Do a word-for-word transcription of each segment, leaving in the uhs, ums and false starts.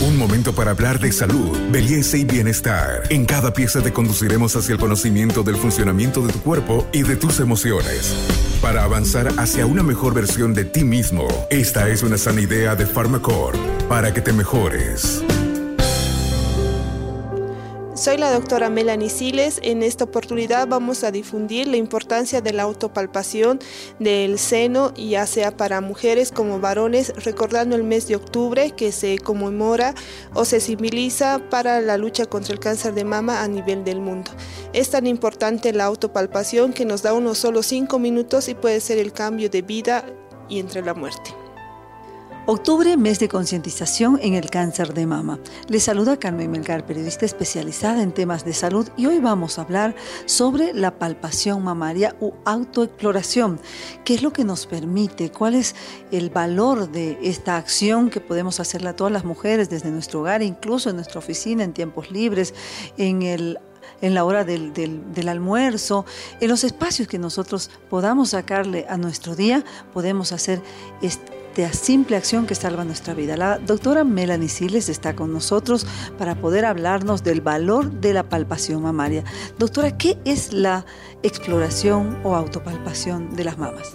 Un momento para hablar de salud, belleza y bienestar. En cada pieza te conduciremos hacia el conocimiento del funcionamiento de tu cuerpo y de tus emociones. Para avanzar hacia una mejor versión de ti mismo, esta es una sana idea de Pharmacorp para que te mejores. Soy la doctora Melanie Siles. En esta oportunidad vamos a difundir la importancia de la autopalpación del seno, ya sea para mujeres como varones, recordando el mes de octubre que se conmemora o se simboliza para la lucha contra el cáncer de mama a nivel del mundo. Es tan importante la autopalpación que nos da unos solo cinco minutos y puede ser el cambio de vida y entre la muerte. Octubre, mes de concientización en el cáncer de mama. Les saluda Carmen Melgar, periodista especializada en temas de salud, y hoy vamos a hablar sobre la palpación mamaria u autoexploración. ¿Qué es lo que nos permite? ¿Cuál es el valor de esta acción que podemos hacerla todas las mujeres desde nuestro hogar, incluso en nuestra oficina, en tiempos libres, en el en la hora del, del, del almuerzo, en los espacios que nosotros podamos sacarle a nuestro día, podemos hacer esta simple acción que salva nuestra vida? La doctora Melanie Siles está con nosotros para poder hablarnos del valor de la palpación mamaria. Doctora, ¿qué es la exploración o autopalpación de las mamas?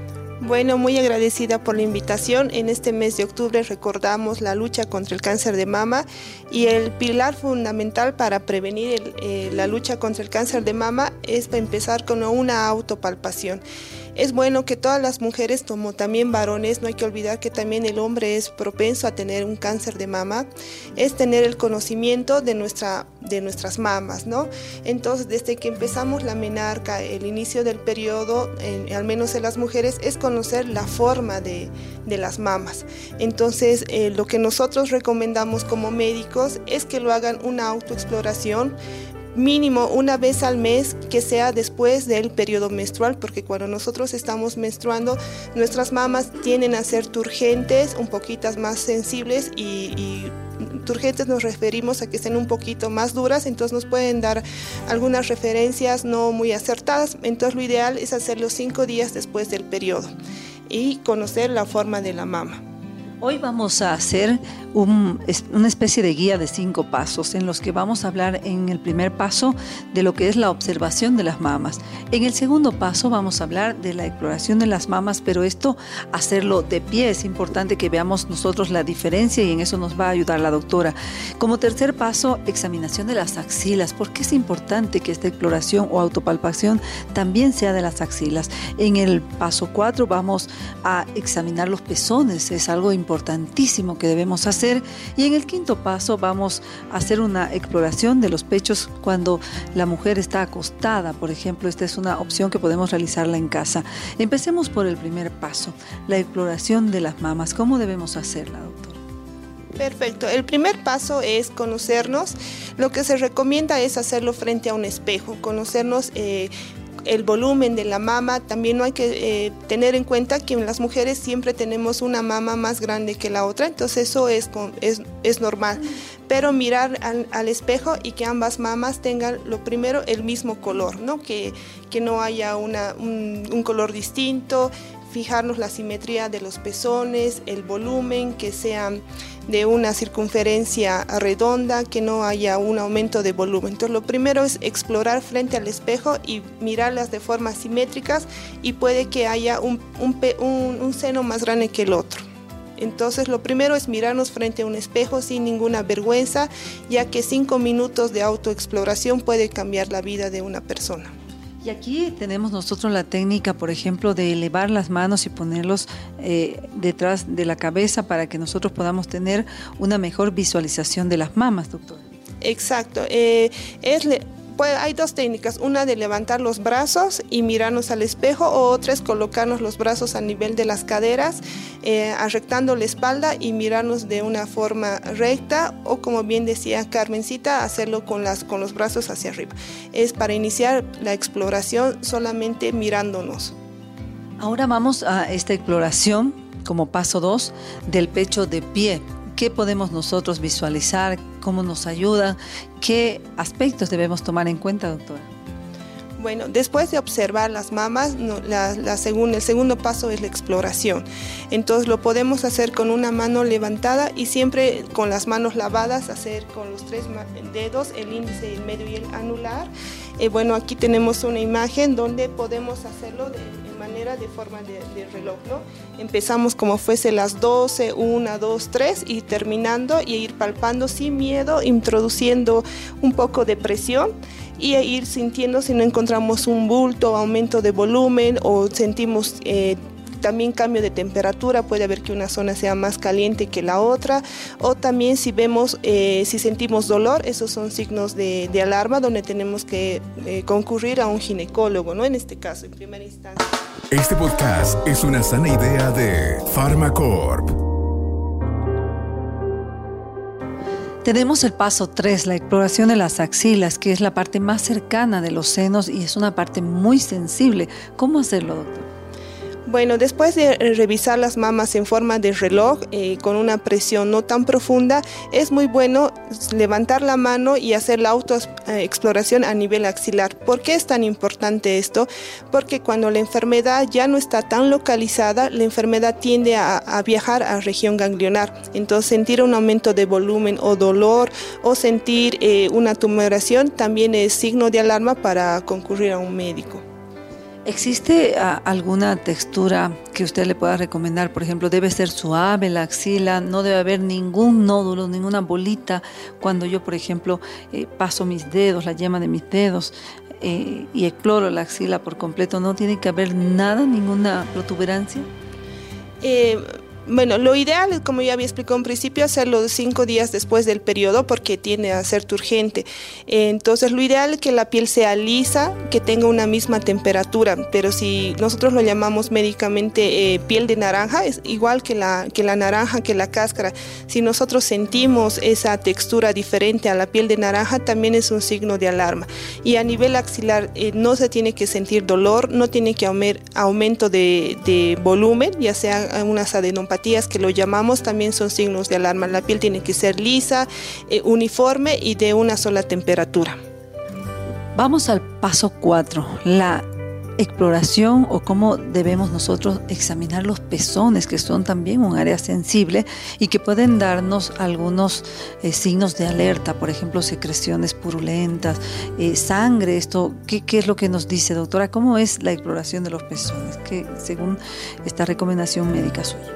Bueno, muy agradecida por la invitación. En este mes de octubre recordamos la lucha contra el cáncer de mama, y el pilar fundamental para prevenir el, eh, la lucha contra el cáncer de mama es empezar con una autopalpación. Es bueno que todas las mujeres, como también varones, no hay que olvidar que también el hombre es propenso a tener un cáncer de mama, es tener el conocimiento de, nuestra, de nuestras mamas, ¿no? Entonces, desde que empezamos la menarca, el inicio del periodo, en, al menos en las mujeres, es conocer la forma de, de las mamas. Entonces, eh, lo que nosotros recomendamos como médicos es que lo hagan una autoexploración, mínimo una vez al mes, que sea después del periodo menstrual, porque cuando nosotros estamos menstruando, nuestras mamas tienden a ser turgentes, un poquito más sensibles, y, y turgentes nos referimos a que estén un poquito más duras, entonces nos pueden dar algunas referencias no muy acertadas. Entonces lo ideal es hacerlo cinco días después del periodo y conocer la forma de la mama. Hoy vamos a hacer un, una especie de guía de cinco pasos en los que vamos a hablar en el primer paso de lo que es la observación de las mamas. En el segundo paso vamos a hablar de la exploración de las mamas, pero esto hacerlo de pie. Es importante que veamos nosotros la diferencia y en eso nos va a ayudar la doctora. Como tercer paso, examinación de las axilas. ¿Por qué es importante que esta exploración o autopalpación también sea de las axilas? En el paso cuatro vamos a examinar los pezones. Es algo importante importantísimo que debemos hacer. Y en el quinto paso vamos a hacer una exploración de los pechos cuando la mujer está acostada. Por ejemplo, esta es una opción que podemos realizarla en casa. Empecemos por el primer paso, la exploración de las mamas. ¿Cómo debemos hacerla, doctor? Perfecto. El primer paso es conocernos. Lo que se recomienda es hacerlo frente a un espejo, conocernos eh, el volumen de la mama. También no hay que eh, tener en cuenta que en las mujeres siempre tenemos una mama más grande que la otra, entonces eso es, es, es normal. Pero mirar al, al espejo y que ambas mamas tengan, lo primero, el mismo color, ¿no? Que, que no haya una, un, un color distinto. Fijarnos la simetría de los pezones, el volumen, que sean de una circunferencia redonda, que no haya un aumento de volumen. Entonces lo primero es explorar frente al espejo y mirarlas de forma simétricas, y puede que haya un, un, un, un seno más grande que el otro. Entonces lo primero es mirarnos frente a un espejo sin ninguna vergüenza, ya que cinco minutos de autoexploración puede cambiar la vida de una persona. Y aquí tenemos nosotros la técnica, por ejemplo, de elevar las manos y ponerlos eh, detrás de la cabeza para que nosotros podamos tener una mejor visualización de las mamas, doctor. Exacto. Eh, es le Pues hay dos técnicas, una de levantar los brazos y mirarnos al espejo, o otra es colocarnos los brazos a nivel de las caderas, eh, arrectando la espalda y mirarnos de una forma recta, o como bien decía Carmencita, hacerlo con, las, con los brazos hacia arriba. Es para iniciar la exploración solamente mirándonos. Ahora vamos a esta exploración como paso dos del pecho de pie. ¿Qué podemos nosotros visualizar? ¿Cómo nos ayuda? ¿Qué aspectos debemos tomar en cuenta, doctora? Bueno, después de observar las mamas, no, la, la segun, el segundo paso es la exploración. Entonces lo podemos hacer con una mano levantada y siempre con las manos lavadas, hacer con los tres dedos, el índice, el medio y el anular. Eh, bueno, aquí tenemos una imagen donde podemos hacerlo de, de manera de forma de, de reloj, ¿no? Empezamos como fuese las doce, una, dos, tres y terminando y ir palpando sin miedo, introduciendo un poco de presión y ir sintiendo si no encontramos un bulto, aumento de volumen o sentimos eh, también cambio de temperatura. Puede haber que una zona sea más caliente que la otra, o también si vemos, eh, si sentimos dolor, esos son signos de, de alarma donde tenemos que eh, concurrir a un ginecólogo, ¿no? En este caso, en primera instancia. Este podcast es una sana idea de Pharmacorp. Tenemos el paso tres, la exploración de las axilas, que es la parte más cercana de los senos y es una parte muy sensible. ¿Cómo hacerlo, doctor? Bueno, después de revisar las mamas en forma de reloj, eh, con una presión no tan profunda, es muy bueno levantar la mano y hacer la autoexploración a nivel axilar. ¿Por qué es tan importante esto? Porque cuando la enfermedad ya no está tan localizada, la enfermedad tiende a, a viajar a región ganglionar. Entonces, sentir un aumento de volumen o dolor o sentir eh, una tumoración también es signo de alarma para concurrir a un médico. ¿Existe uh, alguna textura que usted le pueda recomendar? Por ejemplo, ¿debe ser suave la axila? ¿No debe haber ningún nódulo, ninguna bolita? Cuando yo, por ejemplo, eh, paso mis dedos, la yema de mis dedos eh, y exploro la axila por completo, ¿no tiene que haber nada, ninguna protuberancia? Eh... Bueno, lo ideal, como ya había explicado en principio, hacerlo cinco días después del periodo porque tiende a ser turgente. Entonces, lo ideal es que la piel sea lisa, que tenga una misma temperatura, pero si nosotros lo llamamos médicamente eh, piel de naranja, es igual que la, que la naranja, que la cáscara. Si nosotros sentimos esa textura diferente a la piel de naranja, también es un signo de alarma. Y a nivel axilar eh, no se tiene que sentir dolor, no tiene que haber aumento de, de volumen, ya sea unas adenopatías que lo llamamos, también son signos de alarma. La piel tiene que ser lisa, eh, uniforme y de una sola temperatura. Vamos al paso cuatro, la exploración o cómo debemos nosotros examinar los pezones, que son también un área sensible y que pueden darnos algunos eh, signos de alerta, por ejemplo, secreciones purulentas, eh, sangre. Esto, ¿qué, ¿qué es lo que nos dice, doctora? ¿Cómo es la exploración de los pezones, que según esta recomendación médica suya?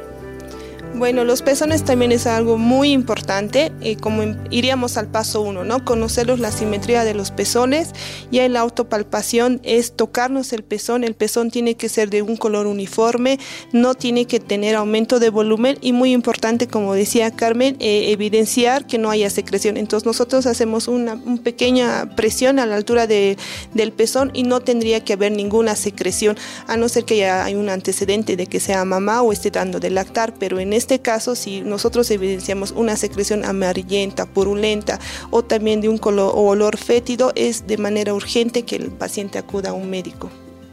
Bueno, los pezones también es algo muy importante, eh, como iríamos al paso uno, ¿no? Conocerlos, la simetría de los pezones. Ya en la autopalpación es tocarnos el pezón. El pezón tiene que ser de un color uniforme, no tiene que tener aumento de volumen y muy importante, como decía Carmen, eh, evidenciar que no haya secreción. Entonces nosotros hacemos una, una pequeña presión a la altura de, del pezón y no tendría que haber ninguna secreción, a no ser que ya hay un antecedente de que sea mamá o esté dando de lactar, pero en este caso, si nosotros evidenciamos una secreción amarillenta, purulenta o también de un color o olor fétido, es de manera urgente que el paciente acuda a un médico.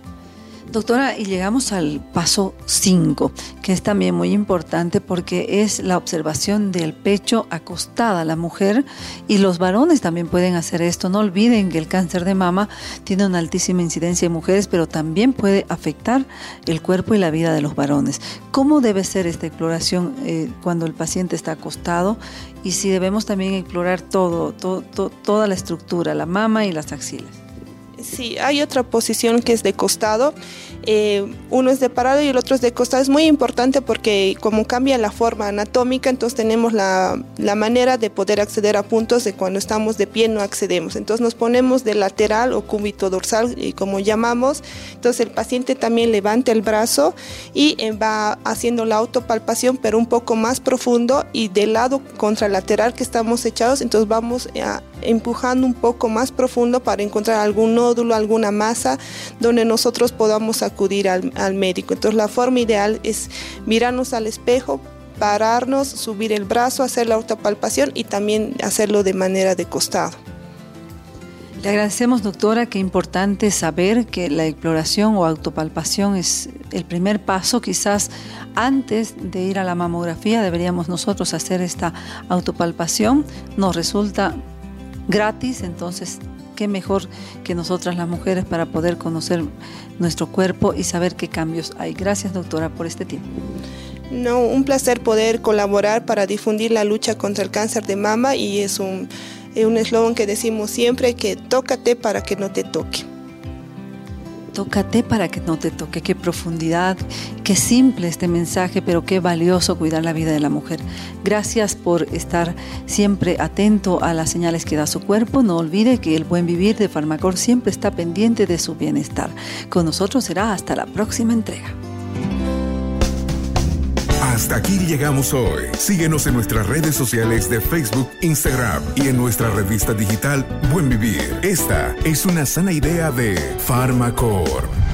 Doctora, y llegamos al paso cinco, que es también muy importante porque es la observación del pecho acostada. La mujer y los varones también pueden hacer esto. No olviden que el cáncer de mama tiene una altísima incidencia en mujeres, pero también puede afectar el cuerpo y la vida de los varones. ¿Cómo debe ser esta exploración eh, cuando el paciente está acostado? Y si debemos también explorar todo, todo, todo, toda la estructura, la mama y las axilas. Sí, hay otra posición que es de costado. Eh, uno es de parado y el otro es de costado. Es muy importante porque como cambia la forma anatómica, entonces tenemos la, la manera de poder acceder a puntos de cuando estamos de pie no accedemos. Entonces nos ponemos de lateral o cúbito dorsal, y como llamamos. Entonces el paciente también levanta el brazo y eh, va haciendo la autopalpación, pero un poco más profundo y del lado contralateral que estamos echados. Entonces vamos a, empujando un poco más profundo para encontrar algún nódulo, alguna masa donde nosotros podamos acudir al, al médico. Entonces la forma ideal es mirarnos al espejo, pararnos, subir el brazo, hacer la autopalpación y también hacerlo de manera de costado. Le agradecemos, doctora. Qué importante saber que la exploración o autopalpación es el primer paso. Quizás antes de ir a la mamografía deberíamos nosotros hacer esta autopalpación. Nos resulta gratis, entonces qué mejor que nosotras las mujeres para poder conocer nuestro cuerpo y saber qué cambios hay. Gracias, doctora, por este tiempo. No, un placer poder colaborar para difundir la lucha contra el cáncer de mama, y es un un eslogan que decimos siempre, que tócate para que no te toque. Tócate para que no te toque. Qué profundidad, qué simple este mensaje, pero qué valioso cuidar la vida de la mujer. Gracias por estar siempre atento a las señales que da su cuerpo. No olvide que el buen vivir de Farmacor siempre está pendiente de su bienestar. Con nosotros será hasta la próxima entrega. Hasta aquí llegamos hoy. Síguenos en nuestras redes sociales de Facebook, Instagram y en nuestra revista digital Buen Vivir. Esta es una sana idea de Farmacor.